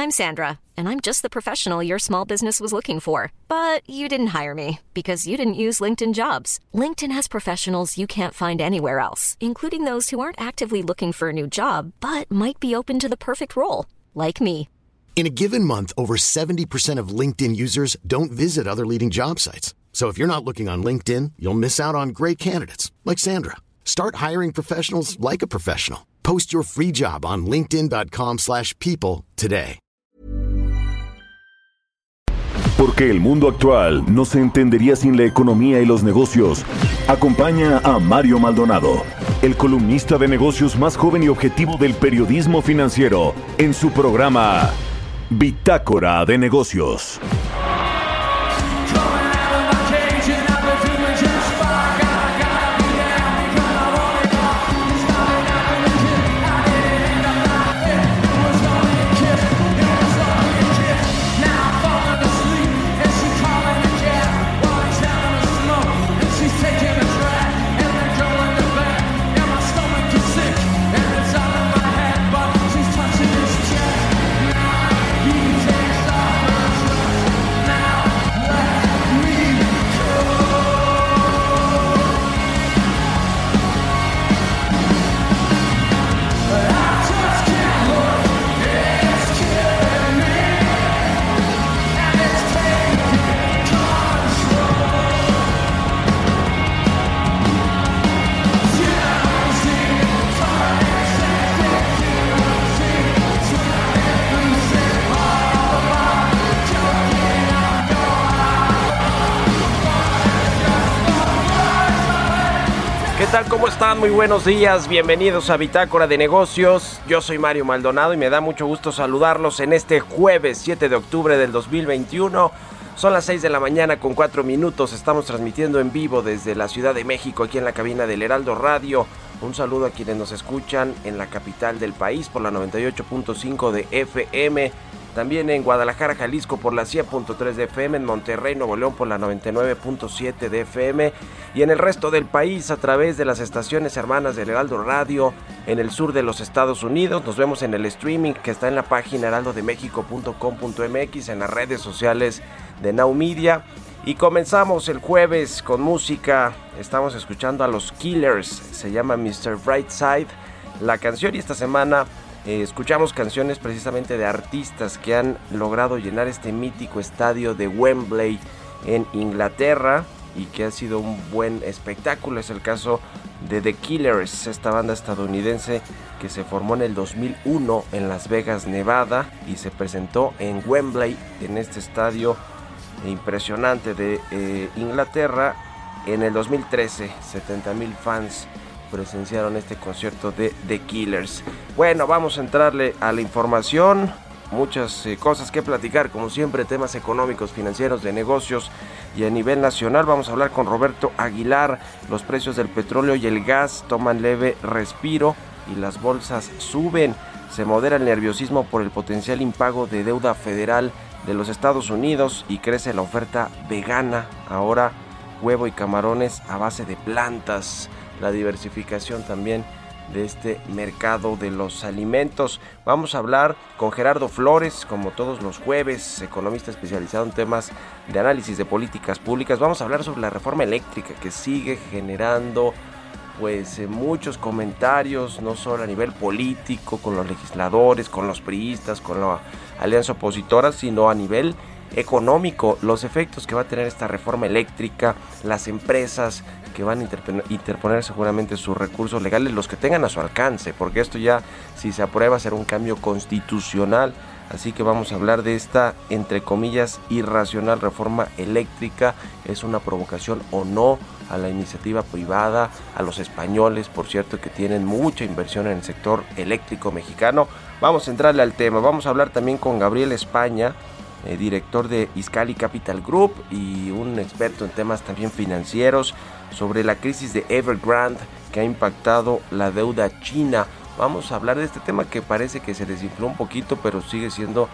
I'm Sandra, and I'm just the professional your small business was looking for. But you didn't hire me because you didn't use LinkedIn Jobs. LinkedIn has professionals you can't find anywhere else, including those who aren't actively looking for a new job, but might be open to the perfect role, like me. In a given month, over 70% of LinkedIn users don't visit other leading job sites. So if you're not looking on LinkedIn, you'll miss out on great candidates like Sandra. Start hiring professionals like a professional. Post your free job on linkedin.com/people today. Porque el mundo actual no se entendería sin la economía y los negocios. Acompaña a Mario Maldonado, el columnista de negocios más joven y objetivo del periodismo financiero, en su programa Bitácora de Negocios. ¿Qué tal? ¿Cómo están? Muy buenos días, bienvenidos a Bitácora de Negocios. Yo soy Mario Maldonado y me da mucho gusto saludarlos en este jueves 7 de octubre del 2021. Son las 6 de la mañana con 4 minutos, estamos transmitiendo en vivo desde la Ciudad de México, aquí en la cabina del Heraldo Radio. Un saludo a quienes nos escuchan en la capital del país por la 98.5 de FM, también en Guadalajara, Jalisco por la 100.3 de FM, en Monterrey, Nuevo León por la 99.7 de FM y en el resto del país a través de las estaciones hermanas del Heraldo Radio en el sur de los Estados Unidos. Nos vemos en el streaming que está en la página heraldodemexico.com.mx, en las redes sociales de Now Media. Y comenzamos el jueves con música. Estamos escuchando a los Killers, se llama Mr. Brightside la canción, y esta semana escuchamos canciones precisamente de artistas que han logrado llenar este mítico estadio de Wembley en Inglaterra y que ha sido un buen espectáculo. Es el caso de The Killers, esta banda estadounidense que se formó en el 2001 en Las Vegas, Nevada, y se presentó en Wembley, en este estadio impresionante de Inglaterra. En el 2013, 70,000 fans presenciaron este concierto de The Killers. Bueno, vamos a entrarle a la información. Muchas cosas que platicar, como siempre, temas económicos, financieros, de negocios y a nivel nacional. Vamos a hablar con Roberto Aguilar. Los precios del petróleo y el gas toman leve respiro y las bolsas suben. Se modera el nerviosismo por el potencial impago de deuda federal de los Estados Unidos y crece la oferta vegana. Ahora huevo y camarones a base de plantas. La diversificación también de este mercado de los alimentos. Vamos a hablar con Gerardo Flores, como todos los jueves, economista especializado en temas de análisis de políticas públicas. Vamos a hablar sobre la reforma eléctrica que sigue generando muchos comentarios, no solo a nivel político, con los legisladores, con los priistas, con la alianza opositora, sino a nivel económico, los efectos que va a tener esta reforma eléctrica, las empresas que van a interponer seguramente sus recursos legales, los que tengan a su alcance, porque esto ya, si se aprueba, será un cambio constitucional. Así que vamos a hablar de esta, entre comillas, irracional reforma eléctrica. ¿Es una provocación o no a la iniciativa privada, a los españoles, por cierto, que tienen mucha inversión en el sector eléctrico mexicano? Vamos a entrarle al tema. Vamos a hablar también con Gabriel España, director de Iscali Capital Group y un experto en temas también financieros, sobre la crisis de Evergrande que ha impactado la deuda china. Vamos a hablar de este tema que parece que se desinfló un poquito, pero sigue siendo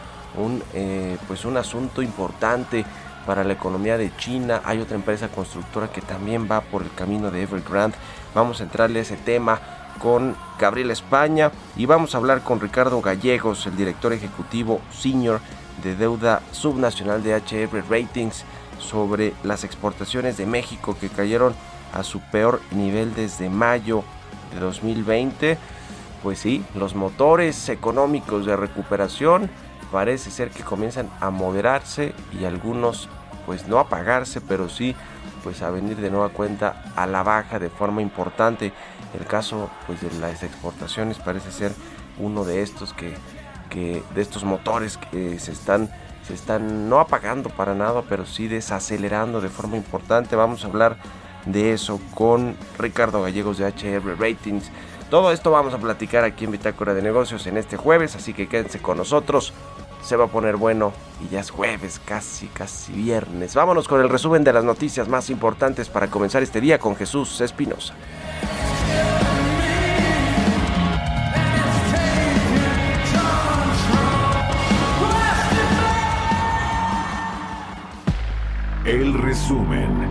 un asunto importante para la economía de China. Hay otra empresa constructora que también va por el camino de Evergrande. Vamos a entrarle a ese tema con Gabriel España y vamos a hablar con Ricardo Gallegos, el director ejecutivo senior de deuda subnacional de HR Ratings, sobre las exportaciones de México que cayeron a su peor nivel desde mayo de 2020. Pues sí, los motores económicos de recuperación parece ser que comienzan a moderarse y algunos pues no a apagarse, pero sí pues a venir de nueva cuenta a la baja de forma importante. El caso pues de las exportaciones parece ser uno de estos que de estos motores que se están no apagando para nada, pero sí desacelerando de forma importante. Vamos a hablar de eso con Ricardo Gallegos de HR Ratings. Todo esto vamos a platicar aquí en Bitácora de Negocios en este jueves, así que quédense con nosotros. Se va a poner bueno y ya es jueves, casi viernes. Vámonos con el resumen de las noticias más importantes para comenzar este día con Jesús Espinosa. El resumen.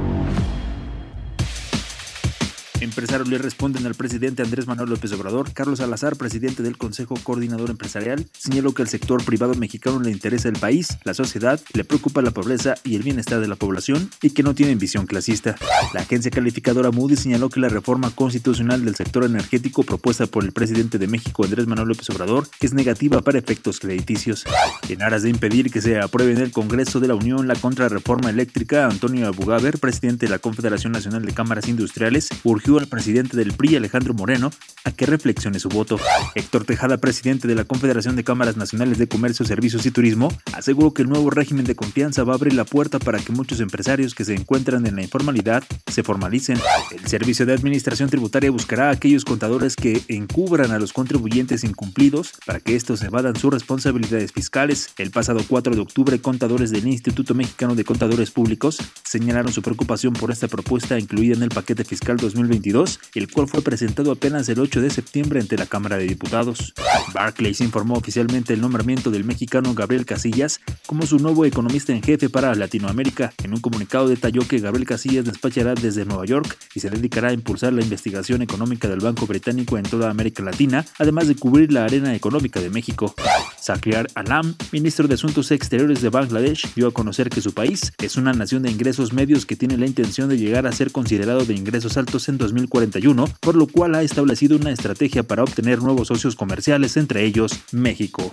Empresarios le responden al presidente Andrés Manuel López Obrador. Carlos Salazar, presidente del Consejo Coordinador Empresarial, señaló que al sector privado mexicano le interesa el país, la sociedad, le preocupa la pobreza y el bienestar de la población y que no tienen visión clasista. La agencia calificadora Moody's señaló que la reforma constitucional del sector energético propuesta por el presidente de México Andrés Manuel López Obrador es negativa para efectos crediticios. En aras de impedir que se apruebe en el Congreso de la Unión la contrarreforma eléctrica, Antonio Abugaber, presidente de la Confederación Nacional de Cámaras Industriales, urgió al presidente del PRI, Alejandro Moreno, a que reflexione su voto. Héctor Tejada, presidente de la Confederación de Cámaras Nacionales de Comercio, Servicios y Turismo, aseguró que el nuevo régimen de confianza va a abrir la puerta para que muchos empresarios que se encuentran en la informalidad se formalicen. El Servicio de Administración Tributaria buscará a aquellos contadores que encubran a los contribuyentes incumplidos para que estos evadan sus responsabilidades fiscales. El pasado 4 de octubre, contadores del Instituto Mexicano de Contadores Públicos señalaron su preocupación por esta propuesta incluida en el paquete fiscal 2022, el cual fue presentado apenas el 8 de septiembre ante la Cámara de Diputados. Barclays informó oficialmente el nombramiento del mexicano Gabriel Casillas como su nuevo economista en jefe para Latinoamérica. En un comunicado detalló que Gabriel Casillas despachará desde Nueva York y se dedicará a impulsar la investigación económica del Banco Británico en toda América Latina, además de cubrir la arena económica de México. Shahriar Alam, ministro de Asuntos Exteriores de Bangladesh, dio a conocer que su país es una nación de ingresos medios que tiene la intención de llegar a ser considerado de ingresos altos en 2041, por lo cual ha establecido una estrategia para obtener nuevos socios comerciales, entre ellos México.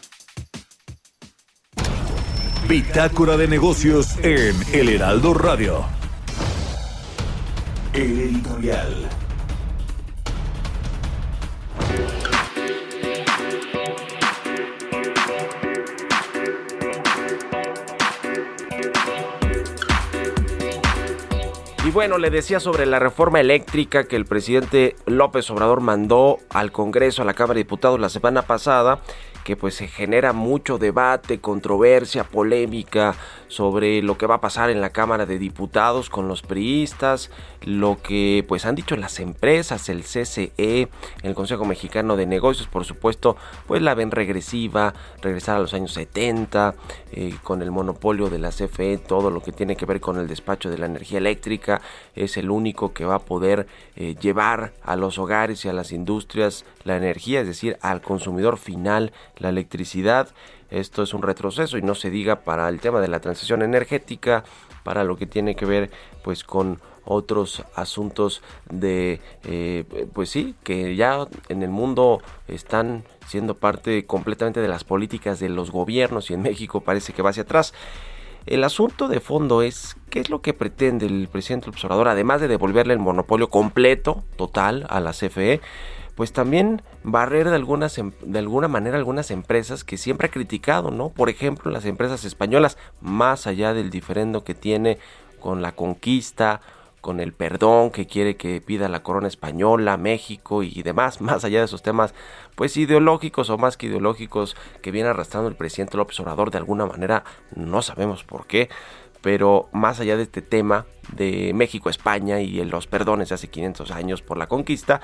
Bitácora de Negocios en El Heraldo Radio. El editorial. Y bueno, le decía sobre la reforma eléctrica que el presidente López Obrador mandó al Congreso, a la Cámara de Diputados la semana pasada, que pues se genera mucho debate, controversia, polémica sobre lo que va a pasar en la Cámara de Diputados con los priistas, lo que pues han dicho las empresas, el CCE, el Consejo Mexicano de Negocios, por supuesto, pues la ven regresiva, regresar a los años 70, con el monopolio de la CFE, todo lo que tiene que ver con el despacho de la energía eléctrica, es el único que va a poder llevar a los hogares y a las industrias la energía, es decir, al consumidor final la electricidad. Esto es un retroceso y no se diga para el tema de la transición energética, para lo que tiene que ver pues con otros asuntos de pues sí, que ya en el mundo están siendo parte completamente de las políticas de los gobiernos y en México parece que va hacia atrás. El asunto de fondo es qué es lo que pretende el presidente López Obrador, además de devolverle el monopolio completo, total, a la CFE, pues también barrer de alguna manera algunas empresas que siempre ha criticado, ¿no? Por ejemplo, las empresas españolas, más allá del diferendo que tiene con la conquista, con el perdón que quiere que pida la corona española, México y demás, más allá de esos temas pues ideológicos o más que ideológicos que viene arrastrando el presidente López Obrador de alguna manera, no sabemos por qué, pero más allá de este tema de México-España y los perdones de hace 500 años por la conquista,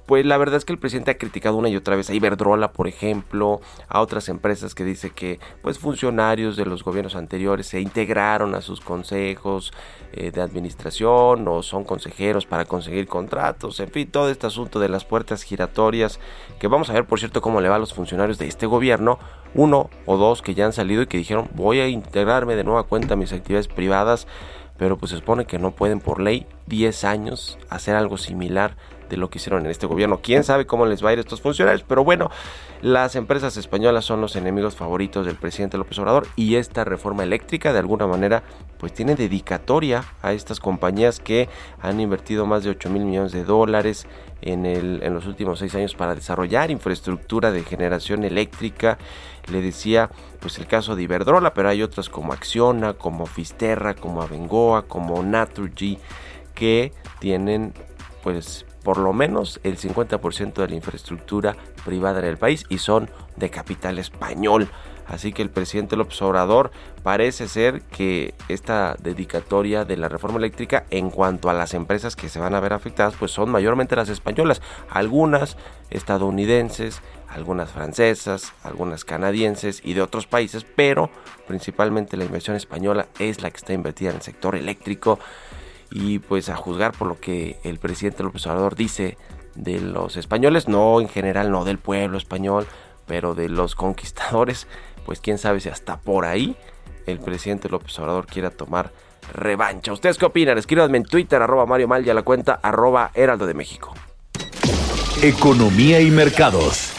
pues la verdad es que el presidente ha criticado una y otra vez a Iberdrola, por ejemplo, a otras empresas que dice que pues funcionarios de los gobiernos anteriores se integraron a sus consejos de administración o son consejeros para conseguir contratos, en fin, todo este asunto de las puertas giratorias, que vamos a ver, por cierto, cómo le va a los funcionarios de este gobierno, uno o dos que ya han salido y que dijeron voy a integrarme de nueva cuenta a mis actividades privadas, pero pues se supone que no pueden por ley 10 años hacer algo similar de lo que hicieron en este gobierno. Quién sabe cómo les va a ir a estos funcionarios, pero bueno, las empresas españolas son los enemigos favoritos del presidente López Obrador, y esta reforma eléctrica de alguna manera pues tiene dedicatoria a estas compañías que han invertido más de 8,000 millones de dólares en los últimos 6 años para desarrollar infraestructura de generación eléctrica. Le decía pues el caso de Iberdrola, pero hay otras como Acciona, como Fisterra, como Abengoa, como Naturgy, que tienen pues por lo menos el 50% de la infraestructura privada en el país y son de capital español. Así que el presidente López Obrador parece ser que esta dedicatoria de la reforma eléctrica en cuanto a las empresas que se van a ver afectadas pues son mayormente las españolas, algunas estadounidenses, algunas francesas, algunas canadienses y de otros países, pero principalmente la inversión española es la que está invertida en el sector eléctrico. Y pues a juzgar por lo que el presidente López Obrador dice de los españoles, no en general, no del pueblo español, pero de los conquistadores, pues quién sabe si hasta por ahí el presidente López Obrador quiera tomar revancha. ¿Ustedes qué opinan? Escríbanme en Twitter, @Mario Mal, y a la cuenta @Heraldo de México. Economía y mercados.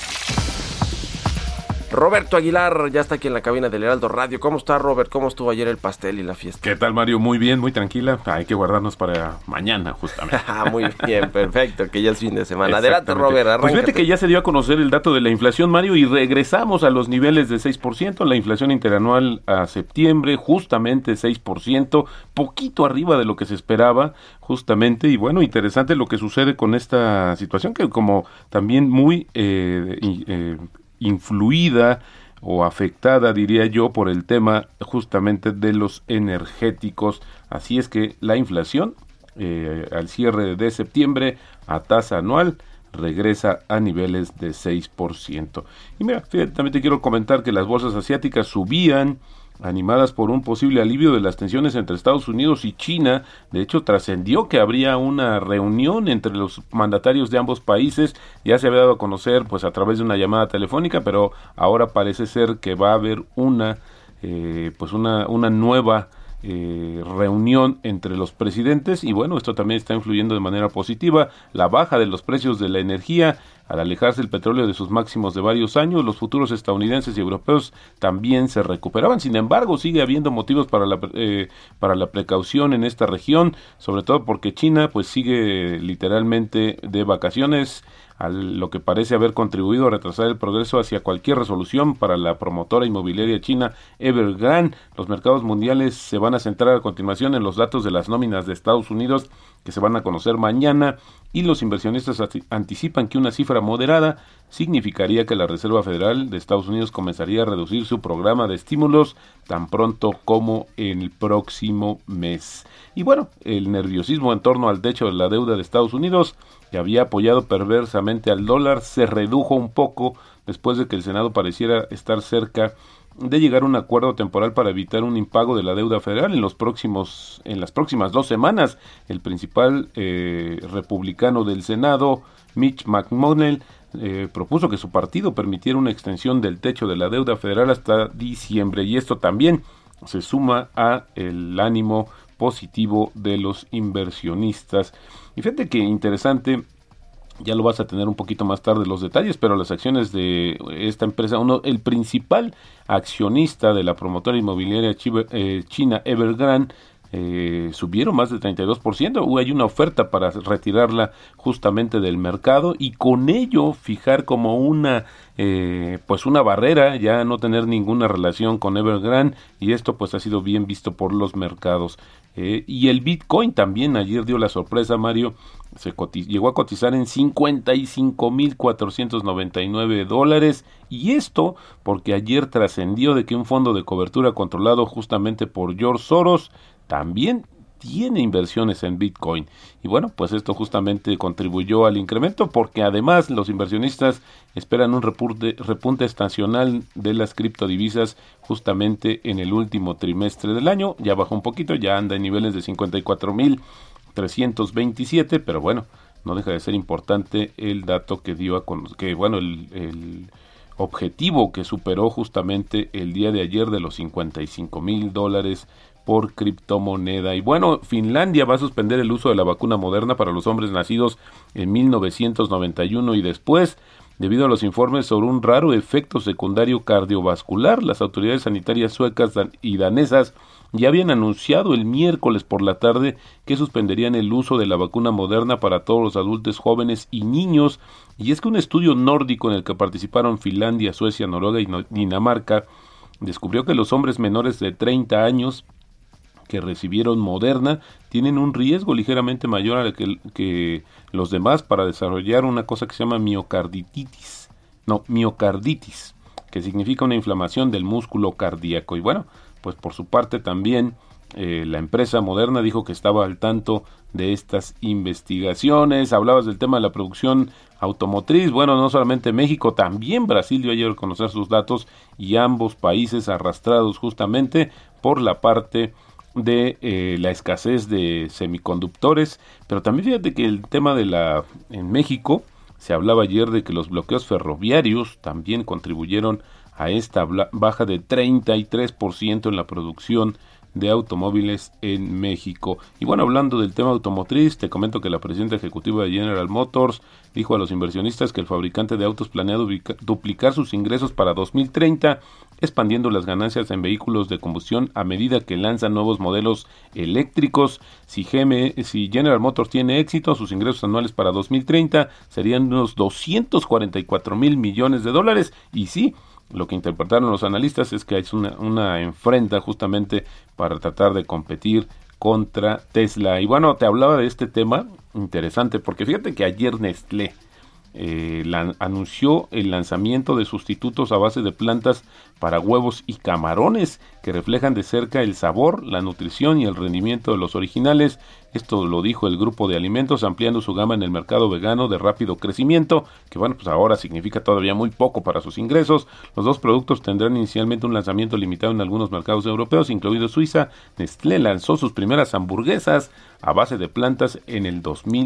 Roberto Aguilar ya está aquí en la cabina del Heraldo Radio. ¿Cómo está, Robert? ¿Cómo estuvo ayer el pastel y la fiesta? ¿Qué tal, Mario? Muy bien, muy tranquila. Hay que guardarnos para mañana, justamente. Muy bien, perfecto, que ya es fin de semana. Adelante, Robert, arráncate. Pues fíjate que ya se dio a conocer el dato de la inflación, Mario, y regresamos a los niveles de 6%. La inflación interanual a septiembre, justamente 6%, poquito arriba de lo que se esperaba, justamente. Y bueno, interesante lo que sucede con esta situación, que como también muy influida o afectada, diría yo, por el tema justamente de los energéticos. Así es que la inflación al cierre de septiembre a tasa anual regresa a niveles de 6%. Y mira, fíjate, también te quiero comentar que las bolsas asiáticas subían, animadas por un posible alivio de las tensiones entre Estados Unidos y China. De hecho, trascendió que habría una reunión entre los mandatarios de ambos países. Ya se había dado a conocer pues a través de una llamada telefónica, pero ahora parece ser que va a haber una nueva reunión entre los presidentes, y bueno, esto también está influyendo de manera positiva. La baja de los precios de la energía al alejarse el petróleo de sus máximos de varios años, los futuros estadounidenses y europeos también se recuperaban. Sin embargo, sigue habiendo motivos para la precaución en esta región, sobre todo porque China pues sigue literalmente de vacaciones, a lo que parece haber contribuido a retrasar el progreso hacia cualquier resolución para la promotora inmobiliaria china Evergrande. Los mercados mundiales se van a centrar a continuación en los datos de las nóminas de Estados Unidos, que se van a conocer mañana, y los inversionistas anticipan que una cifra moderada significaría que la Reserva Federal de Estados Unidos comenzaría a reducir su programa de estímulos tan pronto como el próximo mes. Y bueno, el nerviosismo en torno al techo de la deuda de Estados Unidos, que había apoyado perversamente al dólar, se redujo un poco después de que el Senado pareciera estar cerca de llegar a un acuerdo temporal para evitar un impago de la deuda federal en las próximas 2 semanas. El principal republicano del Senado, Mitch McConnell, propuso que su partido permitiera una extensión del techo de la deuda federal hasta diciembre, y esto también se suma a el ánimo positivo de los inversionistas. Y fíjate que interesante, ya lo vas a tener un poquito más tarde los detalles, pero las acciones de esta empresa, el principal accionista de la promotora inmobiliaria china Evergrande, subieron más de 32%. Hay una oferta para retirarla justamente del mercado y con ello fijar como una barrera, ya no tener ninguna relación con Evergrande, y esto pues ha sido bien visto por los mercados. Y el Bitcoin también ayer dio la sorpresa, Mario, llegó a cotizar en $55,499, y esto porque ayer trascendió de que un fondo de cobertura controlado justamente por George Soros también tiene inversiones en Bitcoin. Y bueno, pues esto justamente contribuyó al incremento porque además los inversionistas esperan un repunte estacional de las criptodivisas justamente en el último trimestre del año. Ya bajó un poquito, ya anda en niveles de 54,327, pero bueno, no deja de ser importante el dato que dio el objetivo que superó justamente el día de ayer de los $55,000 por criptomoneda. Y bueno, Finlandia va a suspender el uso de la vacuna Moderna para los hombres nacidos en 1991 y después, debido a los informes sobre un raro efecto secundario cardiovascular. Las autoridades sanitarias suecas y danesas ya habían anunciado el miércoles por la tarde que suspenderían el uso de la vacuna Moderna para todos los adultos jóvenes y niños. Y es que un estudio nórdico en el que participaron Finlandia, Suecia, Noruega y Dinamarca descubrió que los hombres menores de 30 años que recibieron Moderna tienen un riesgo ligeramente mayor al que los demás para desarrollar una cosa que se llama miocarditis, que significa una inflamación del músculo cardíaco. Y bueno, pues por su parte también la empresa Moderna dijo que estaba al tanto de estas investigaciones. Hablabas del tema de la producción automotriz. Bueno, no solamente México, también Brasil dio ayer a conocer sus datos y ambos países arrastrados justamente por la parte de la escasez de semiconductores. Pero también fíjate que el tema en México se hablaba ayer de que los bloqueos ferroviarios también contribuyeron a esta baja de 33% en la producción de automóviles en México. Y bueno, hablando del tema automotriz, te comento que la presidenta ejecutiva de General Motors dijo a los inversionistas que el fabricante de autos planea duplicar sus ingresos para 2030, expandiendo las ganancias en vehículos de combustión a medida que lanzan nuevos modelos eléctricos. Si General Motors tiene éxito, sus ingresos anuales para 2030 serían unos $244,000 millones. Y sí, lo que interpretaron los analistas es que es una enfrenta justamente para tratar de competir contra Tesla. Y bueno, te hablaba de este tema interesante porque fíjate que ayer Nestlé anunció el lanzamiento de sustitutos a base de plantas para huevos y camarones que reflejan de cerca el sabor, la nutrición y el rendimiento de los originales. Esto lo dijo el grupo de alimentos, ampliando su gama en el mercado vegano de rápido crecimiento, que bueno, pues ahora significa todavía muy poco para sus ingresos. Los dos productos tendrán inicialmente un lanzamiento limitado en algunos mercados europeos, incluido Suiza. Nestlé lanzó sus primeras hamburguesas a base de plantas en el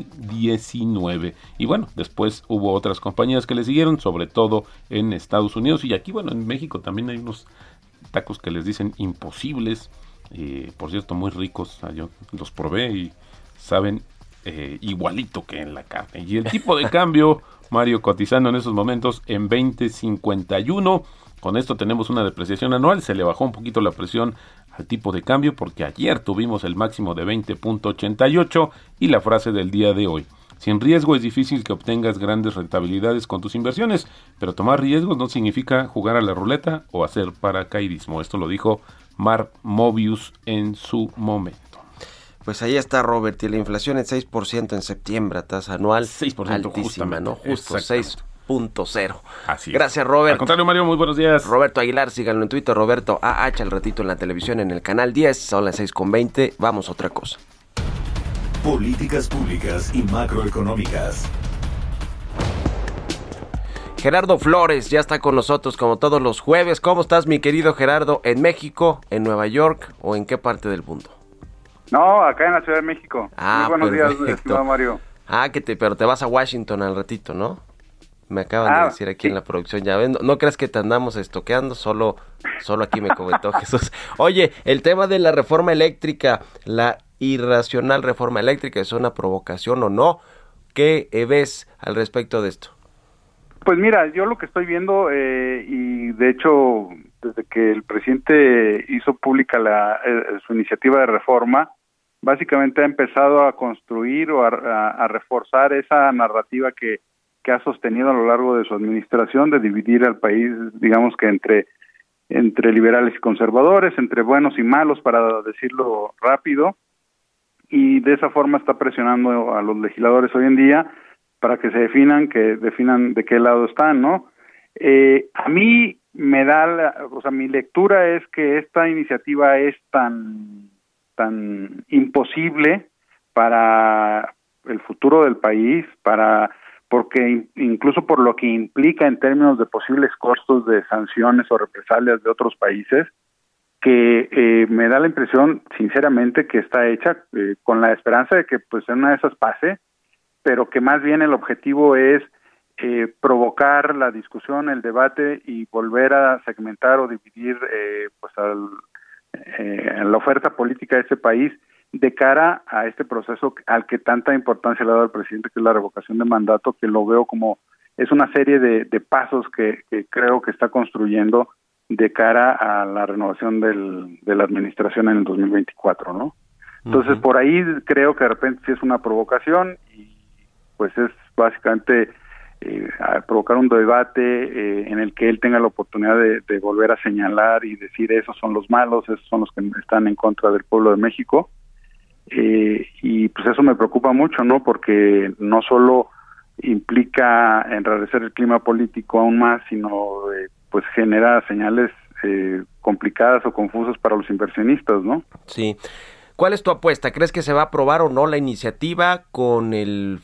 2019. Y bueno, después hubo otras compañías que le siguieron, sobre todo en Estados Unidos. Y aquí, bueno, en México también hay unos tacos que les dicen imposibles. Por cierto, muy ricos. Yo los probé y saben igualito que en la carne. Y el tipo de cambio, Mario, cotizando en esos momentos en 20.51. Con esto tenemos una depreciación anual. Se le bajó un poquito la presión al tipo de cambio porque ayer tuvimos el máximo de 20.88 y la frase del día de hoy: sin riesgo es difícil que obtengas grandes rentabilidades con tus inversiones, pero tomar riesgos no significa jugar a la ruleta o hacer paracaidismo. Esto lo dijo Mark Mobius en su momento. Pues ahí está, Robert, y la inflación en 6% en septiembre, tasa anual 6% altísima, justamente, ¿no? Justo 6.0. Así es. Gracias, Robert. Al contrario, Mario, muy buenos días. Roberto Aguilar, síganlo en Twitter, Roberto AH, al ratito en la televisión en el canal 10, son las 6:20, vamos a otra cosa. Políticas públicas y macroeconómicas. Gerardo Flores ya está con nosotros como todos los jueves. ¿Cómo estás, mi querido Gerardo? ¿En México, en Nueva York o en qué parte del mundo? No, acá en la Ciudad de México. Ah, muy buenos perfecto. días, estimado Mario. Pero te vas a Washington al ratito, ¿no? Me acaban de decir aquí en la producción, ya ven, no creas que te andamos estoqueando, solo aquí me comentó Jesús. Oye, el tema de la reforma eléctrica, la irracional reforma eléctrica, ¿es una provocación o no? ¿Qué ves al respecto de esto? Pues mira, yo lo que estoy viendo, y de hecho, desde que el presidente hizo pública su iniciativa de reforma, básicamente ha empezado a construir o a reforzar esa narrativa que ha sostenido a lo largo de su administración, de dividir al país, digamos que entre liberales y conservadores, entre buenos y malos, para decirlo rápido, y de esa forma está presionando a los legisladores hoy en día para que definan de qué lado están, ¿no? A mí me da, mi lectura es que esta iniciativa es tan tan imposible para el futuro del país, porque incluso por lo que implica en términos de posibles costos de sanciones o represalias de otros países, que me da la impresión, sinceramente, que está hecha con la esperanza de que pues en una de esas pase, pero que más bien el objetivo es provocar la discusión, el debate y volver a segmentar o dividir la oferta política de ese país de cara a este proceso al que tanta importancia le ha dado el presidente, que es la revocación de mandato, que lo veo como es una serie de pasos que creo que está construyendo de cara a la renovación de la administración en el 2024, ¿no? Entonces, por ahí creo que de repente sí es una provocación y pues es básicamente provocar un debate en el que él tenga la oportunidad de volver a señalar y decir esos son los malos, esos son los que están en contra del pueblo de México. Y pues eso me preocupa mucho, ¿no? Porque no solo implica enrarecer el clima político aún más, sino pues genera señales complicadas o confusas para los inversionistas, ¿no? Sí. ¿Cuál es tu apuesta? ¿Crees que se va a aprobar o no la iniciativa con el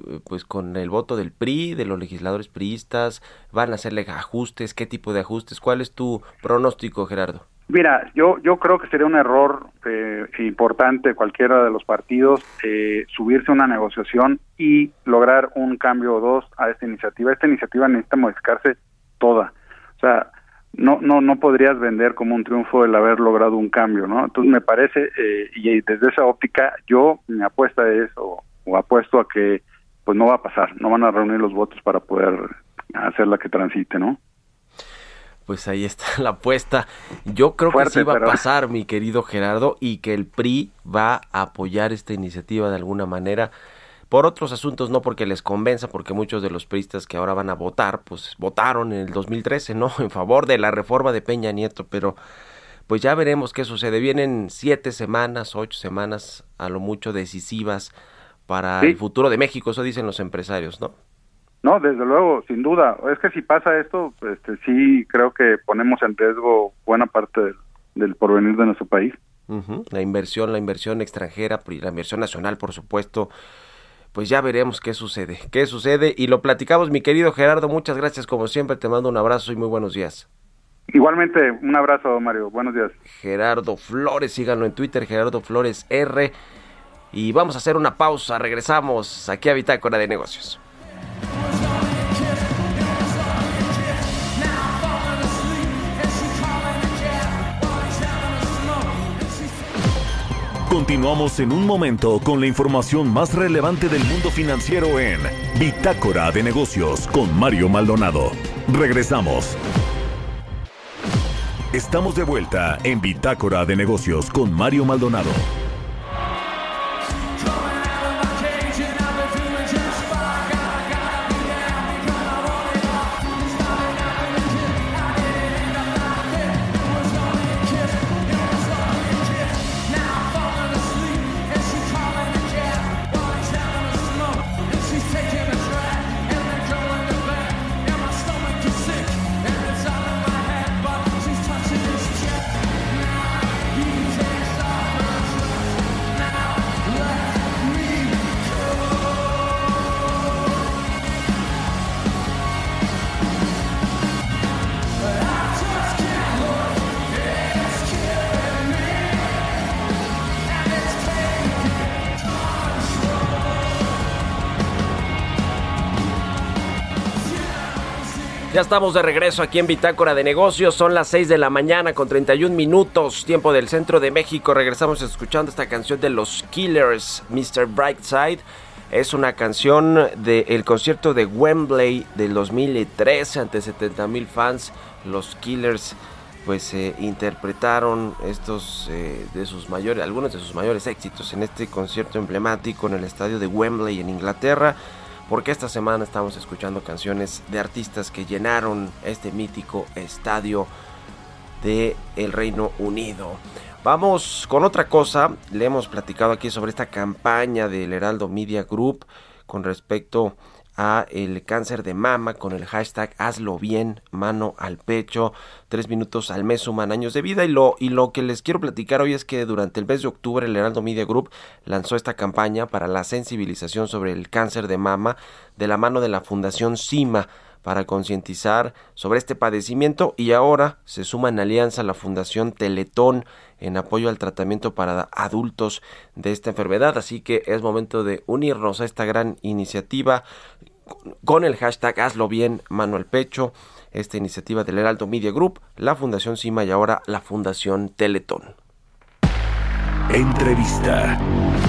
voto del PRI, de los legisladores priistas? ¿Van a hacerle ajustes? ¿Qué tipo de ajustes? ¿Cuál es tu pronóstico, Gerardo? Mira, yo creo que sería un error importante cualquiera de los partidos subirse a una negociación y lograr un cambio o dos a esta iniciativa. Esta iniciativa necesita modificarse toda. O sea, no podrías vender como un triunfo el haber logrado un cambio, ¿no? Entonces me parece, y desde esa óptica, mi apuesta es, o apuesto a que pues no va a pasar, no van a reunir los votos para poder hacerla que transite, ¿no? Pues ahí está la apuesta. Yo creo que sí va a pasar, mi querido Gerardo, y que el PRI va a apoyar esta iniciativa de alguna manera. Por otros asuntos, no porque les convenza, porque muchos de los priistas que ahora van a votar, pues votaron en el 2013, ¿no? En favor de la reforma de Peña Nieto, pero pues ya veremos qué sucede. Vienen 7 semanas, 8 semanas, a lo mucho decisivas para el futuro de México, eso dicen los empresarios, ¿no? No, desde luego, sin duda. Es que si pasa esto, sí creo que ponemos en riesgo buena parte del porvenir de nuestro país. La inversión extranjera, la inversión nacional, por supuesto. Pues ya veremos qué sucede y lo platicamos, mi querido Gerardo. Muchas gracias, como siempre, te mando un abrazo y muy buenos días. Igualmente, un abrazo, Mario, buenos días. Gerardo Flores, síganlo en Twitter, Gerardo Flores R. Y vamos a hacer una pausa, regresamos aquí a Bitácora de Negocios. Continuamos en un momento con la información más relevante del mundo financiero en Bitácora de Negocios con Mario Maldonado. Regresamos. Estamos de vuelta en Bitácora de Negocios con Mario Maldonado. Ya estamos de regreso aquí en Bitácora de Negocios, son las 6 de la mañana con 31 minutos, tiempo del centro de México. Regresamos escuchando esta canción de los Killers, Mr. Brightside. Es una canción del concierto de Wembley del 2013 ante 70,000 fans. Los Killers pues interpretaron algunos de sus mayores éxitos en este concierto emblemático en el estadio de Wembley en Inglaterra. Porque esta semana estamos escuchando canciones de artistas que llenaron este mítico estadio de el Reino Unido. Vamos con otra cosa. Le hemos platicado aquí sobre esta campaña del Heraldo Media Group con respecto a el cáncer de mama con el hashtag Hazlo Bien, mano al pecho. 3 minutos al mes suman años de vida. Y lo que les quiero platicar hoy es que durante el mes de octubre el Heraldo Media Group lanzó esta campaña para la sensibilización sobre el cáncer de mama de la mano de la Fundación CIMA, para concientizar sobre este padecimiento, y ahora se suma en alianza la Fundación Teletón en apoyo al tratamiento para adultos de esta enfermedad. Así que es momento de unirnos a esta gran iniciativa con el hashtag Hazlo Bien, mano al pecho. Esta iniciativa del Heraldo Media Group, la Fundación CIMA y ahora la Fundación Teletón. Entrevista.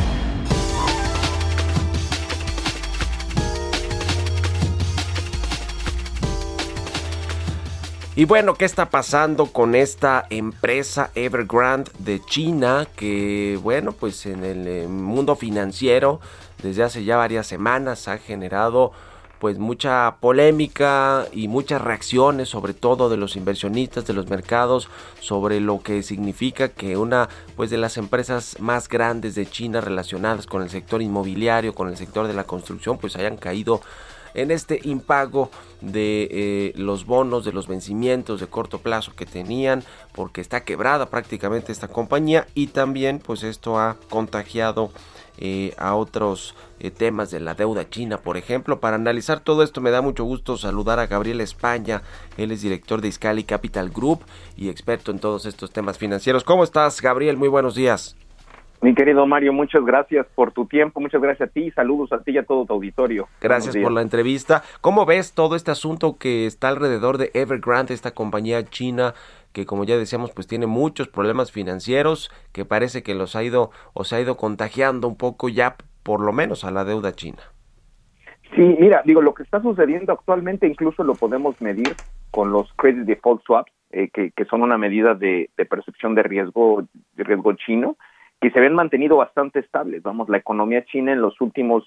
Y bueno, ¿qué está pasando con esta empresa Evergrande de China? Que bueno, pues en el mundo financiero desde hace ya varias semanas ha generado pues mucha polémica y muchas reacciones, sobre todo de los inversionistas, de los mercados, sobre lo que significa que una pues de las empresas más grandes de China relacionadas con el sector inmobiliario, con el sector de la construcción, pues hayan caído en este impago de los bonos, de los vencimientos de corto plazo que tenían, porque está quebrada prácticamente esta compañía. Y también pues esto ha contagiado a otros temas de la deuda china, por ejemplo. Para analizar todo esto me da mucho gusto saludar a Gabriel España. Él es director de Iscali Capital Group y experto en todos estos temas financieros. ¿Cómo estás, Gabriel? Muy buenos días. Mi querido Mario, muchas gracias por tu tiempo, muchas gracias a ti, saludos a ti y a todo tu auditorio. Gracias por la entrevista. ¿Cómo ves todo este asunto que está alrededor de Evergrande, esta compañía china que, como ya decíamos, pues tiene muchos problemas financieros, que parece que se ha ido contagiando un poco ya, por lo menos, a la deuda china? Sí, mira, lo que está sucediendo actualmente incluso lo podemos medir con los Credit Default Swaps, que son una medida de percepción de riesgo chino, que se habían mantenido bastante estables. Vamos, la economía china en los últimos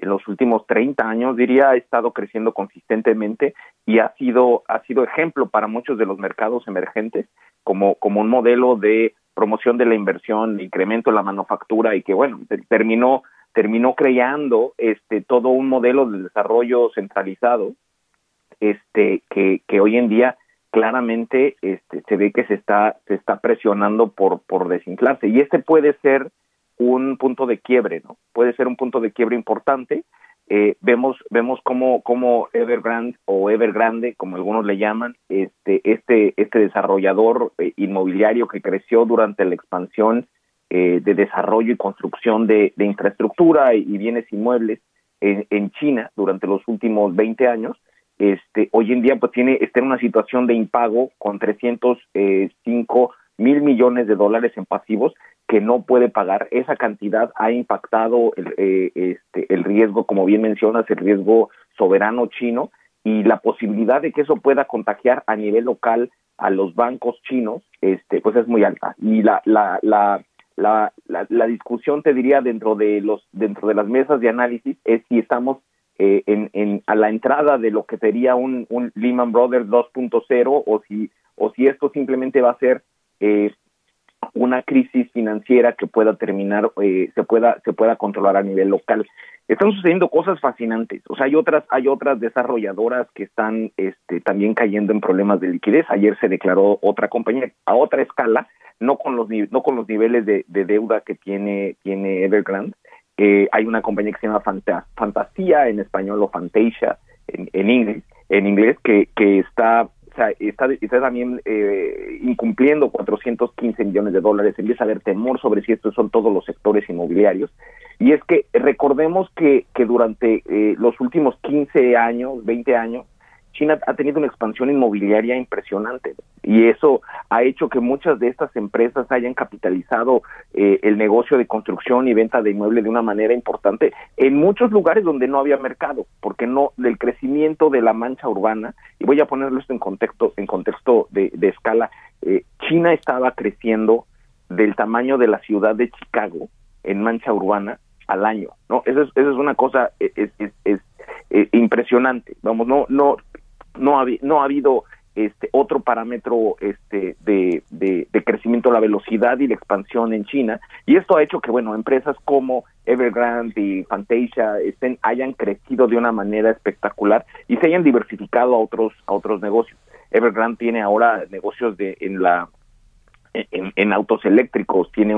30 años, diría, ha estado creciendo consistentemente y ha sido ejemplo para muchos de los mercados emergentes como un modelo de promoción de la inversión, incremento de la manufactura, y que bueno, terminó creando todo un modelo de desarrollo centralizado que hoy en día claramente se ve que se está presionando por desinflarse, y puede ser un punto de quiebre, ¿no? Puede ser un punto de quiebre importante. Vemos cómo Evergrande o Evergrande, como algunos le llaman, este desarrollador inmobiliario que creció durante la expansión de desarrollo y construcción de infraestructura y bienes inmuebles en China durante los últimos 20 años, hoy en día pues está en una situación de impago con 305 mil millones de dólares en pasivos que no puede pagar. Esa cantidad ha impactado el riesgo, como bien mencionas, el riesgo soberano chino, y la posibilidad de que eso pueda contagiar a nivel local a los bancos chinos, pues es muy alta. Y la discusión, te diría, dentro de las mesas de análisis es si estamos a la entrada de lo que sería un Lehman Brothers 2.0 o si esto simplemente va a ser una crisis financiera que pueda terminar, se pueda controlar a nivel local. Están sucediendo cosas fascinantes. O sea, hay otras desarrolladoras que están también cayendo en problemas de liquidez. Ayer se declaró otra compañía a otra escala, no con los niveles de deuda que tiene Evergrande. Hay una compañía que se llama Fantasía en español, o Fantasia en inglés, que está también incumpliendo 415 millones de dólares. Empieza a haber temor sobre si estos son todos los sectores inmobiliarios. Y es que recordemos que durante los últimos 15 años, 20 años, China ha tenido una expansión inmobiliaria impresionante, y eso ha hecho que muchas de estas empresas hayan capitalizado el negocio de construcción y venta de inmuebles de una manera importante en muchos lugares donde no había mercado, porque no del crecimiento de la mancha urbana. Y voy a ponerlo esto en contexto de escala. China estaba creciendo del tamaño de la ciudad de Chicago en mancha urbana al año, ¿no? Eso es una cosa impresionante. Vamos, no ha habido otro parámetro de crecimiento visto la velocidad y la expansión en China, y esto ha hecho que, bueno, empresas como Evergrande y Fantasia hayan crecido de una manera espectacular y se hayan diversificado a otros negocios. Evergrande tiene ahora negocios en autos eléctricos, tiene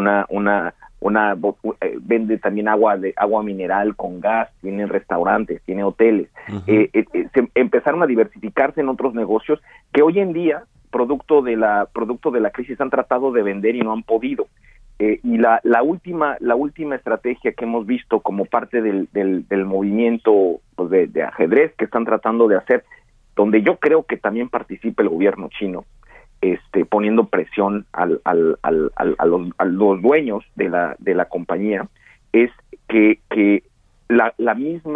vende también agua mineral con gas, tiene restaurantes, tiene hoteles. Se empezaron a diversificarse en otros negocios que hoy en día, producto de la crisis, han tratado de vender y no han podido. Y la última estrategia que hemos visto como parte del movimiento, pues, de ajedrez que están tratando de hacer, donde yo creo que también participa el gobierno chino, poniendo presión a los dueños de la compañía, es que el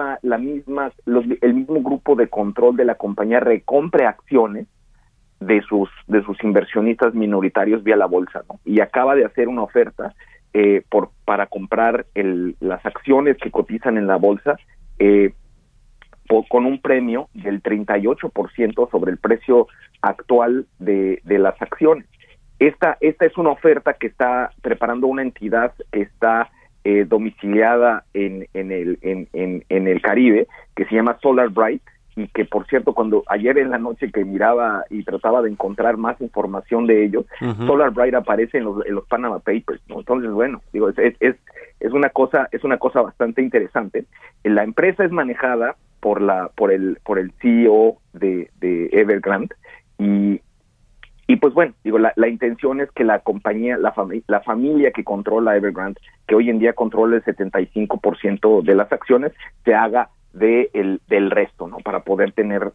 mismo grupo de control de la compañía recompre acciones de sus inversionistas minoritarios vía la bolsa, ¿no? Y acaba de hacer una oferta para comprar las acciones que cotizan en la bolsa con un premio del 38% sobre el precio actual de las acciones. Esta es una oferta que está preparando una entidad que está domiciliada en el Caribe, que se llama SolarBright, y que, por cierto, cuando ayer en la noche que miraba y trataba de encontrar más información de ellos, SolarBright aparece en los Panama Papers, ¿no? Entonces, bueno, digo, es una cosa bastante interesante. La empresa es manejada por el CEO de Evergrande, y pues bueno, digo, la intención es que la compañía, la familia que controla Evergrande, que hoy en día controla el 75% de las acciones, se haga del resto, ¿no? Para poder tener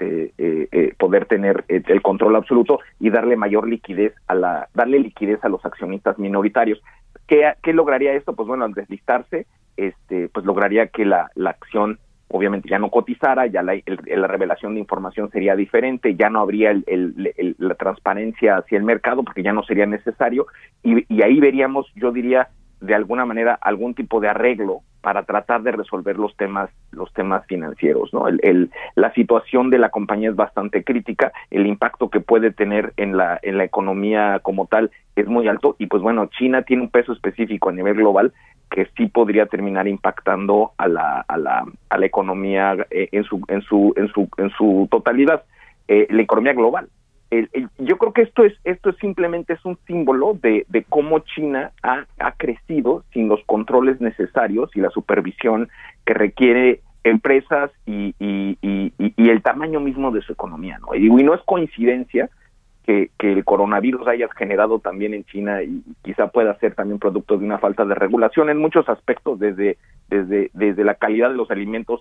el control absoluto y darle mayor liquidez a los accionistas minoritarios. ¿Qué lograría esto? Pues bueno, al deslistarse, pues lograría que la acción obviamente ya no cotizara, ya la revelación de información sería diferente, ya no habría la transparencia hacia el mercado porque ya no sería necesario, y ahí veríamos, yo diría, de alguna manera algún tipo de arreglo para tratar de resolver los temas financieros, ¿no? La situación de la compañía es bastante crítica, el impacto que puede tener en la economía como tal es muy alto, y pues bueno, China tiene un peso específico a nivel global que sí podría terminar impactando a la economía en su totalidad, la economía global. Yo creo que esto simplemente es un símbolo de cómo China ha crecido sin los controles necesarios y la supervisión que requiere empresas y el tamaño mismo de su economía, ¿no? Y no es coincidencia que el coronavirus haya generado también en China, y quizá pueda ser también producto de una falta de regulación en muchos aspectos, desde la calidad de los alimentos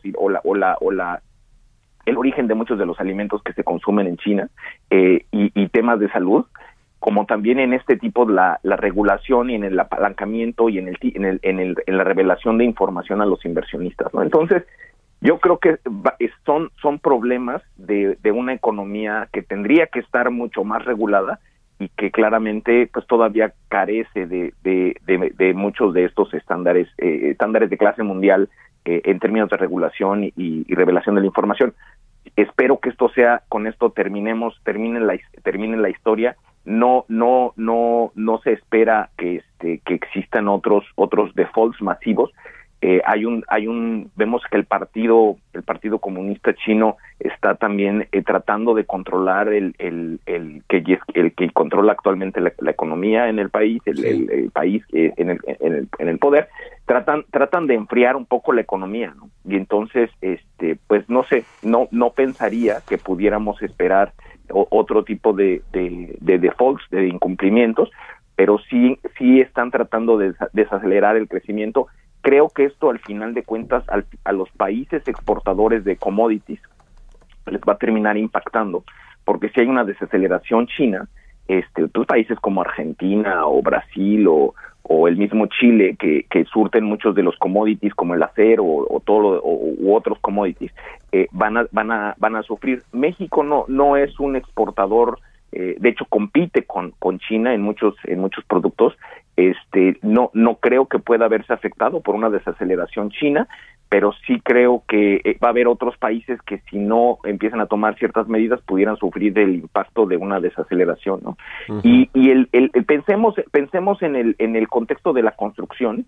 el origen de muchos de los alimentos que se consumen en China, y temas de salud, como también en este tipo la regulación y en el apalancamiento y en la revelación de información a los inversionistas, ¿no? Entonces, yo creo que son problemas de una economía que tendría que estar mucho más regulada y que claramente pues todavía carece de muchos de estos estándares de clase mundial en términos de regulación y revelación de la información. Espero que con esto termine la historia. No se espera que existan otros defaults masivos. Vemos que el Partido Comunista Chino está también tratando de controlar el que controla actualmente la economía en el país, el país en el poder. Tratan de enfriar un poco la economía, ¿no? Y entonces, pues no sé, no pensaría que pudiéramos esperar otro tipo de defaults, de incumplimientos, pero sí están tratando de desacelerar el crecimiento. Creo que esto, al final de cuentas, a los países exportadores de commodities les va a terminar impactando, porque si hay una desaceleración china, otros países como Argentina o Brasil o el mismo Chile, que surten muchos de los commodities como el acero u otros commodities, van a sufrir. México no es un exportador, de hecho compite con China en muchos productos, no creo que pueda verse afectado por una desaceleración china, pero sí creo que va a haber otros países que si no empiezan a tomar ciertas medidas pudieran sufrir del impacto de una desaceleración, ¿no? Uh-huh. Y pensemos en el contexto de la construcción,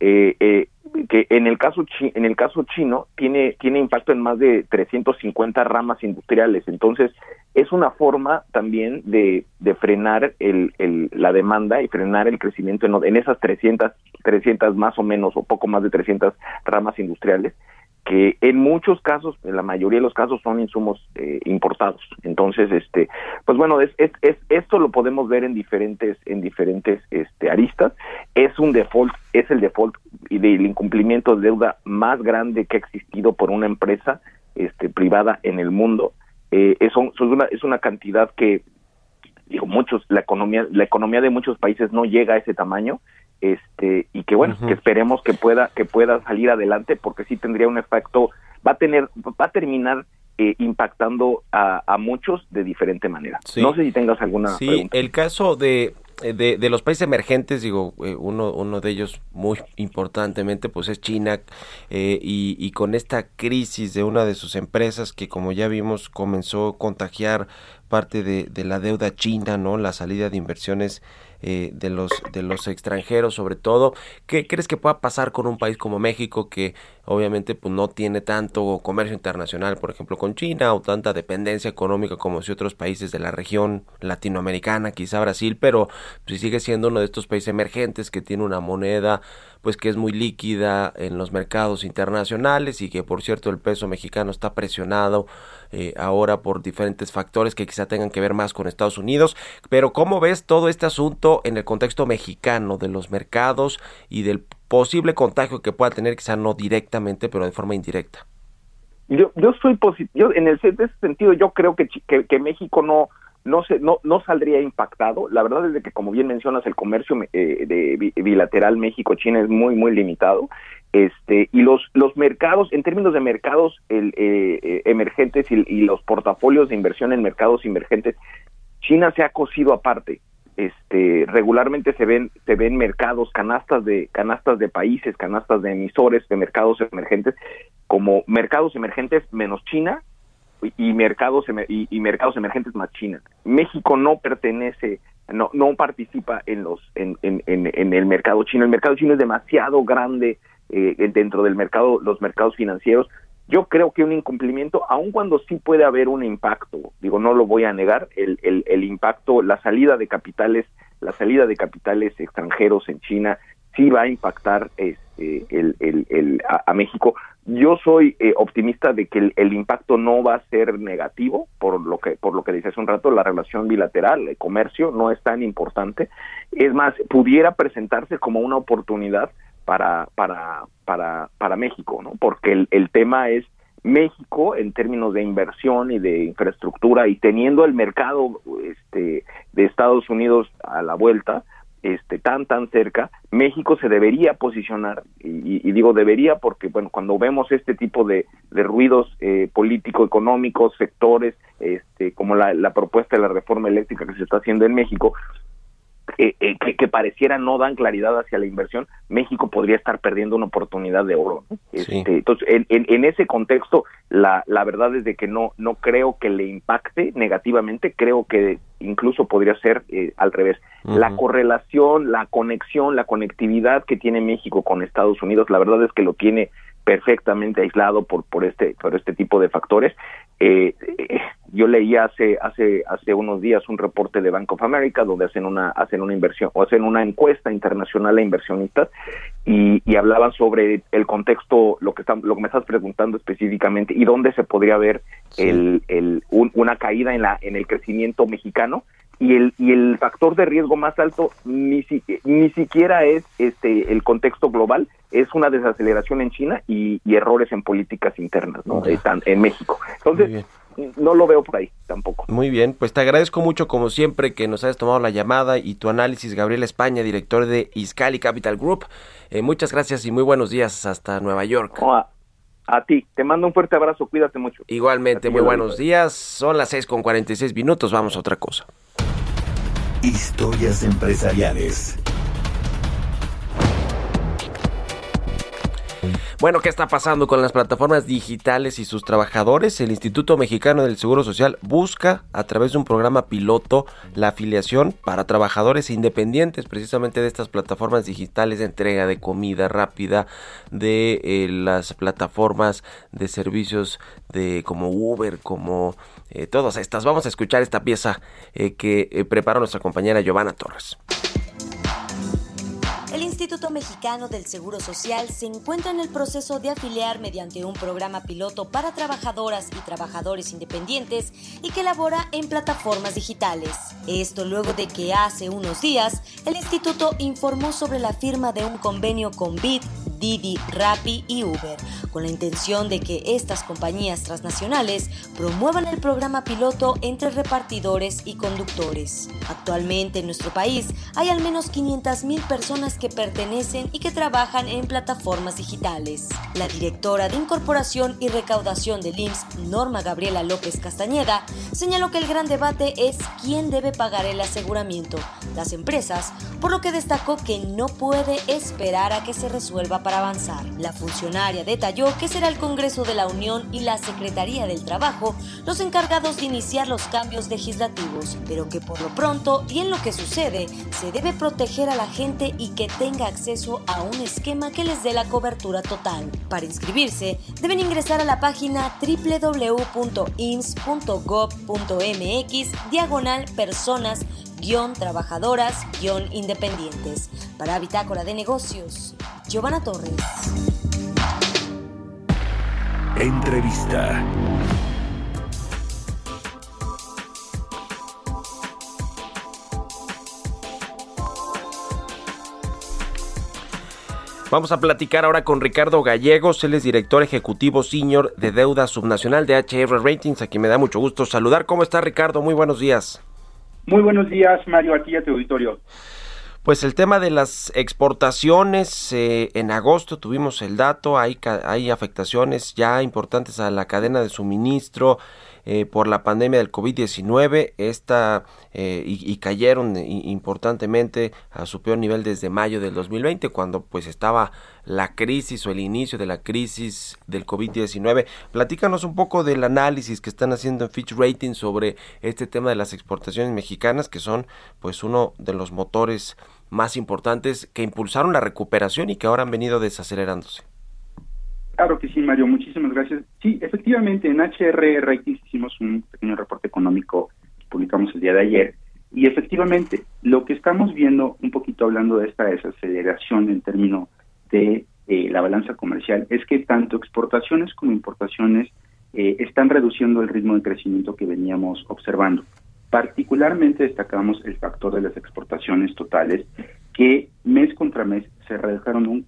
que en el caso chino tiene impacto en más de 350 ramas industriales. Entonces es una forma también de frenar la demanda y frenar el crecimiento en esas 300 más o menos, o poco más de 300 ramas industriales, que en muchos casos, en la mayoría de los casos, son insumos importados. Entonces, pues bueno, esto lo podemos ver en diferentes aristas. Es el default y del incumplimiento de deuda más grande que ha existido por una empresa privada en el mundo. Es una cantidad que, digo, la economía de muchos países no llega a ese tamaño. Y que bueno, uh-huh, que esperemos que pueda salir adelante, porque sí tendría un efecto, va a terminar impactando a muchos de diferente manera. Sí. No sé si tengas alguna pregunta. El caso de los países emergentes, digo, uno de ellos muy importantemente pues es China, y con esta crisis de una de sus empresas que, como ya vimos, comenzó a contagiar parte de la deuda china, ¿no? La salida de inversiones de los extranjeros, sobre todo. ¿Qué crees que pueda pasar con un país como México, que obviamente pues no tiene tanto comercio internacional, por ejemplo, con China, o tanta dependencia económica como si otros países de la región latinoamericana, quizá Brasil, pero pues sigue siendo uno de estos países emergentes que tiene una moneda pues que es muy líquida en los mercados internacionales, y que, por cierto, el peso mexicano está presionado ahora por diferentes factores que quizá tengan que ver más con Estados Unidos? Pero ¿cómo ves todo este asunto en el contexto mexicano, de los mercados y del posible contagio que pueda tener, quizá no directamente, pero de forma indirecta? Yo soy positivo en ese sentido. Yo creo que México no saldría impactado. La verdad es de que, como bien mencionas, el comercio bilateral México-China es muy, muy limitado. Y los mercados, en términos de mercados emergentes y los portafolios de inversión en mercados emergentes, China se ha cosido aparte. Regularmente se ven mercados, canastas de países, canastas de emisores de mercados emergentes, como mercados emergentes menos China y mercados emergentes más China. México no participa en el mercado chino. El mercado chino es demasiado grande dentro del mercado, los mercados financieros. Yo creo que un incumplimiento, aun cuando sí puede haber un impacto, digo, no lo voy a negar, el impacto, la salida de capitales extranjeros en China sí va a impactar a México. Yo soy optimista de que el impacto no va a ser negativo, por lo que decía hace un rato. La relación bilateral, el comercio no es tan importante. Es más, pudiera presentarse como una oportunidad para México, ¿no? Porque el tema es México en términos de inversión y de infraestructura, y teniendo el mercado de Estados Unidos a la vuelta, tan cerca, México se debería posicionar, y digo debería porque, bueno, cuando vemos este tipo de ruidos político-económicos, sectores, como la propuesta de la reforma eléctrica que se está haciendo en México, que pareciera no dan claridad hacia la inversión, México podría estar perdiendo una oportunidad de oro, ¿no? Sí. Entonces, en ese contexto, la verdad es de que no creo que le impacte negativamente. Creo que incluso podría ser al revés. Uh-huh. La correlación, la conexión, la conectividad que tiene México con Estados Unidos, la verdad es que lo tiene perfectamente aislado por este tipo de factores. Yo leí hace unos días un reporte de Bank of America donde hacen una inversión, o hacen una encuesta internacional a inversionistas, y hablaban sobre el contexto, lo que me estás preguntando específicamente, y dónde se podría ver sí, una caída en el crecimiento mexicano. Y el factor de riesgo más alto ni siquiera es el contexto global, es una desaceleración en China y errores en políticas internas, ¿no? En México. Entonces, no lo veo por ahí tampoco. Muy bien, pues te agradezco mucho, como siempre, que nos hayas tomado la llamada y tu análisis, Gabriel España, director de Iscali Capital Group. Muchas gracias y muy buenos días hasta Nueva York. A ti, te mando un fuerte abrazo, cuídate mucho. Igualmente, muy buenos días, son las 6:46, vamos a otra cosa. Historias empresariales. Bueno, ¿qué está pasando con las plataformas digitales y sus trabajadores? El Instituto Mexicano del Seguro Social busca, a través de un programa piloto, la afiliación para trabajadores independientes, precisamente de estas plataformas digitales de entrega de comida rápida, de las plataformas de servicios como Uber, como todas estas. Vamos a escuchar esta pieza que preparó nuestra compañera Giovanna Torres. El Instituto Mexicano del Seguro Social se encuentra en el proceso de afiliar mediante un programa piloto para trabajadoras y trabajadores independientes y que elabora en plataformas digitales. Esto luego de que hace unos días el instituto informó sobre la firma de un convenio con Bit, Didi, Rappi y Uber, con la intención de que estas compañías transnacionales promuevan el programa piloto entre repartidores y conductores. Actualmente en nuestro país hay al menos 500,000 personas que pertenecen y que trabajan en plataformas digitales. La directora de Incorporación y Recaudación del IMSS, Norma Gabriela López Castañeda, señaló que el gran debate es quién debe pagar el aseguramiento, las empresas, por lo que destacó que no puede esperar a que se resuelva para avanzar. La funcionaria detalló que será el Congreso de la Unión y la Secretaría del Trabajo los encargados de iniciar los cambios legislativos, pero que por lo pronto y en lo que sucede, se debe proteger a la gente y que tenga acceso a un esquema que les dé la cobertura total. Para inscribirse, deben ingresar a la página www.ins.gov.mx/personas-trabajadoras-independientes. Para Bitácora de Negocios, Giovanna Torres. Entrevista. Vamos a platicar ahora con Ricardo Gallegos, él es director ejecutivo senior de deuda subnacional de HR Ratings, a quien me da mucho gusto saludar. ¿Cómo está, Ricardo? Muy buenos días. Muy buenos días, Mario, aquí a tu auditorio. Pues el tema de las exportaciones, en agosto tuvimos el dato, hay afectaciones ya importantes a la cadena de suministro por la pandemia del COVID-19, y cayeron importantemente a su peor nivel desde mayo del 2020, cuando pues estaba la crisis o el inicio de la crisis del COVID-19. Platícanos un poco del análisis que están haciendo en Fitch Ratings sobre este tema de las exportaciones mexicanas, que son pues uno de los motores más importantes que impulsaron la recuperación y que ahora han venido desacelerándose. Claro que sí, Mario, muchísimas gracias. Sí, efectivamente, en HR Ratings hicimos un pequeño reporte económico que publicamos el día de ayer, y efectivamente, lo que estamos viendo, un poquito hablando de esta desaceleración en términos de la balanza comercial, es que tanto exportaciones como importaciones están reduciendo el ritmo de crecimiento que veníamos observando. Particularmente destacamos el factor de las exportaciones totales, que mes contra mes se redujeron un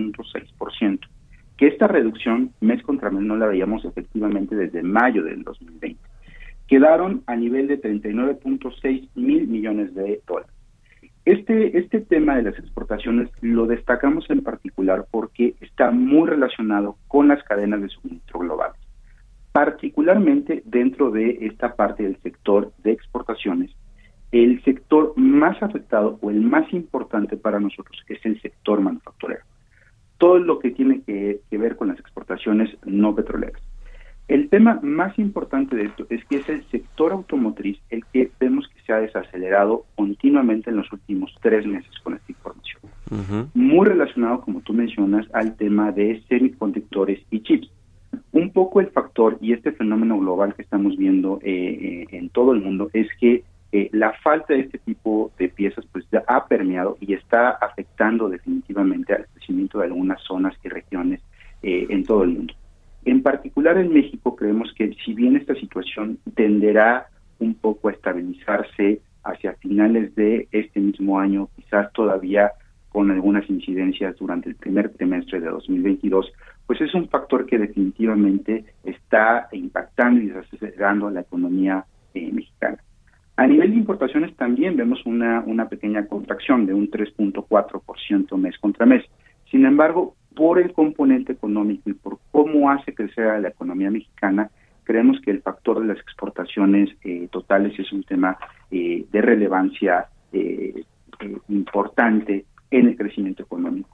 4.6%. Que esta reducción mes contra mes no la veíamos efectivamente desde mayo del 2020. Quedaron a nivel de 39.6 mil millones de dólares. Este tema de las exportaciones lo destacamos en particular porque está muy relacionado con las cadenas de suministro globales. Particularmente dentro de esta parte del sector de exportaciones, el sector más afectado o el más importante para nosotros es el sector manufacturero. Todo lo que tiene que ver con las exportaciones no petroleras. El tema más importante de esto es que es el sector automotriz el que vemos que se ha desacelerado continuamente en los últimos 3 meses con esta información. Uh-huh. Muy relacionado, como tú mencionas, al tema de semiconductores y chips. Un poco el factor y este fenómeno global que estamos viendo en todo el mundo es que la falta de este tipo de piezas pues ya ha permeado y está afectando definitivamente al crecimiento de algunas zonas y regiones en todo el mundo. En particular en México creemos que si bien esta situación tenderá un poco a estabilizarse hacia finales de este mismo año, quizás todavía con algunas incidencias durante el primer trimestre de 2022, pues es un factor que definitivamente está impactando y desacelerando la economía mexicana. A nivel de importaciones también vemos una pequeña contracción de un 3.4% mes contra mes. Sin embargo, por el componente económico y por cómo hace crecer a la economía mexicana, creemos que el factor de las exportaciones totales es un tema de relevancia importante en el crecimiento económico.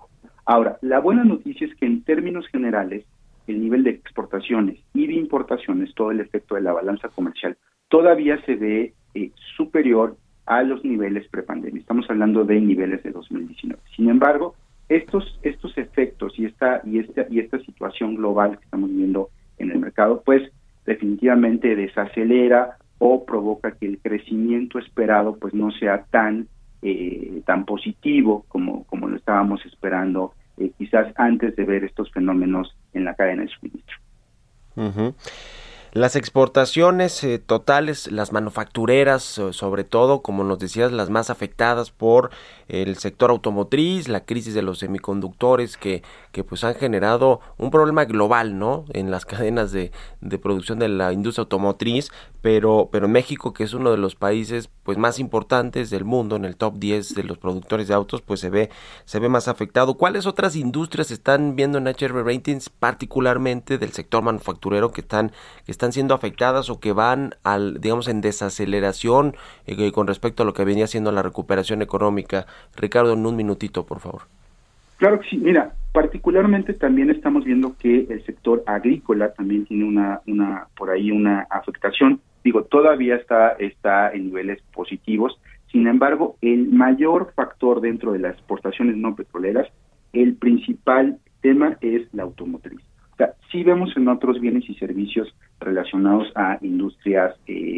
Ahora, la buena noticia es que en términos generales, el nivel de exportaciones y de importaciones, todo el efecto de la balanza comercial, todavía se ve superior a los niveles prepandemia. Estamos hablando de niveles de 2019. Sin embargo, estos efectos y esta situación global que estamos viendo en el mercado, pues definitivamente desacelera o provoca que el crecimiento esperado pues no sea tan positivo como lo estábamos esperando quizás antes de ver estos fenómenos en la cadena de suministro. Uh-huh. Las exportaciones totales, las manufactureras, sobre todo, como nos decías, las más afectadas por el sector automotriz, la crisis de los semiconductores que pues han generado un problema global, ¿no?, en las cadenas de producción de la industria automotriz, pero México, que es uno de los países pues más importantes del mundo, en el top 10 de los productores de autos, pues se ve más afectado. ¿Cuáles otras industrias están viendo en HR Ratings, particularmente del sector manufacturero, que están siendo afectadas o que van en desaceleración con respecto a lo que venía siendo la recuperación económica? Ricardo, en un minutito, por favor. Claro que sí. Mira, particularmente también estamos viendo que el sector agrícola también tiene una afectación. Digo, todavía está en niveles positivos. Sin embargo, el mayor factor dentro de las exportaciones no petroleras, el principal tema es la automotriz. O sea, sí vemos en otros bienes y servicios relacionados a industrias,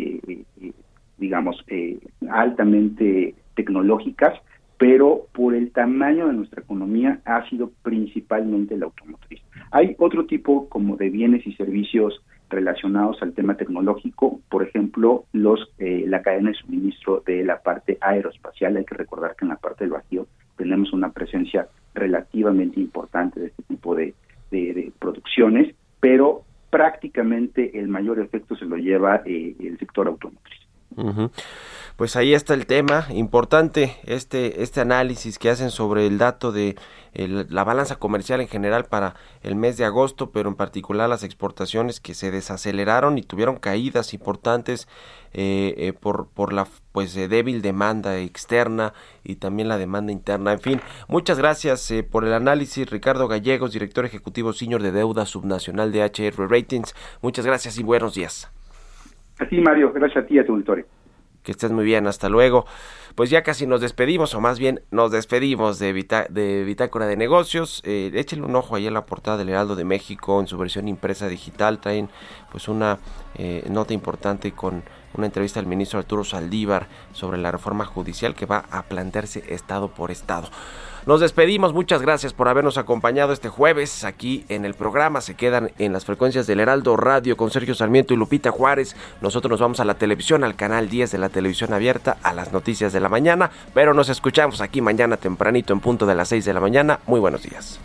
altamente tecnológicas, pero por el tamaño de nuestra economía ha sido principalmente la automotriz. Hay otro tipo como de bienes y servicios relacionados al tema tecnológico, por ejemplo, la cadena de suministro de la parte aeroespacial. Hay que recordar que en la parte del Bajío tenemos una presencia relativamente importante de este tipo de producciones, pero prácticamente el mayor efecto se lo lleva el sector automotriz. Uh-huh. Pues ahí está el tema importante, este análisis que hacen sobre el dato de la balanza comercial en general para el mes de agosto, pero en particular las exportaciones que se desaceleraron y tuvieron caídas importantes por la débil demanda externa y también la demanda interna. En fin, muchas gracias por el análisis, Ricardo Gallegos, director ejecutivo senior de deuda subnacional de HR Ratings. Muchas gracias y buenos días. A ti, Mario, gracias a ti y a tu auditorio. Que estés muy bien, hasta luego. Pues ya casi nos despedimos, o más bien nos despedimos de Bitácora de Negocios. Échenle un ojo ahí a la portada del Heraldo de México en su versión impresa digital. Traen pues una nota importante con una entrevista al ministro Arturo Saldívar sobre la reforma judicial que va a plantearse estado por estado. Nos despedimos, muchas gracias por habernos acompañado este jueves aquí en el programa. Se quedan en las frecuencias del Heraldo Radio con Sergio Sarmiento y Lupita Juárez. Nosotros nos vamos a la televisión, al canal 10 de la televisión abierta, a las noticias de la mañana, pero nos escuchamos aquí mañana tempranito en punto de las 6 de la mañana. Muy buenos días.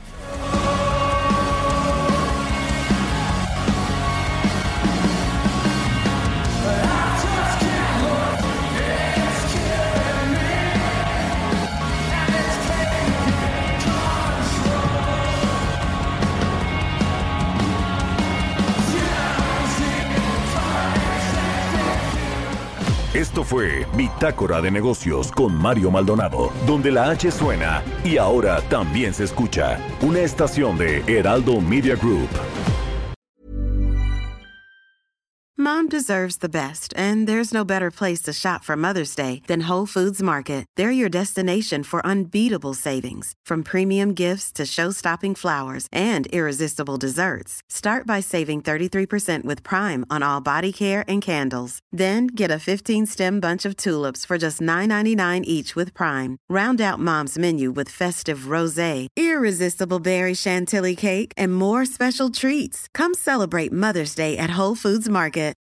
Esto fue Bitácora de Negocios con Mario Maldonado, donde la H suena y ahora también se escucha. Una estación de Heraldo Media Group. Mom deserves the best, and there's no better place to shop for Mother's Day than Whole Foods Market. They're your destination for unbeatable savings, from premium gifts to show-stopping flowers and irresistible desserts. Start by saving 33% with Prime on all body care and candles. Then get a 15-stem bunch of tulips for just $9.99 each with Prime. Round out Mom's menu with festive rosé, irresistible berry chantilly cake, and more special treats. Come celebrate Mother's Day at Whole Foods Market.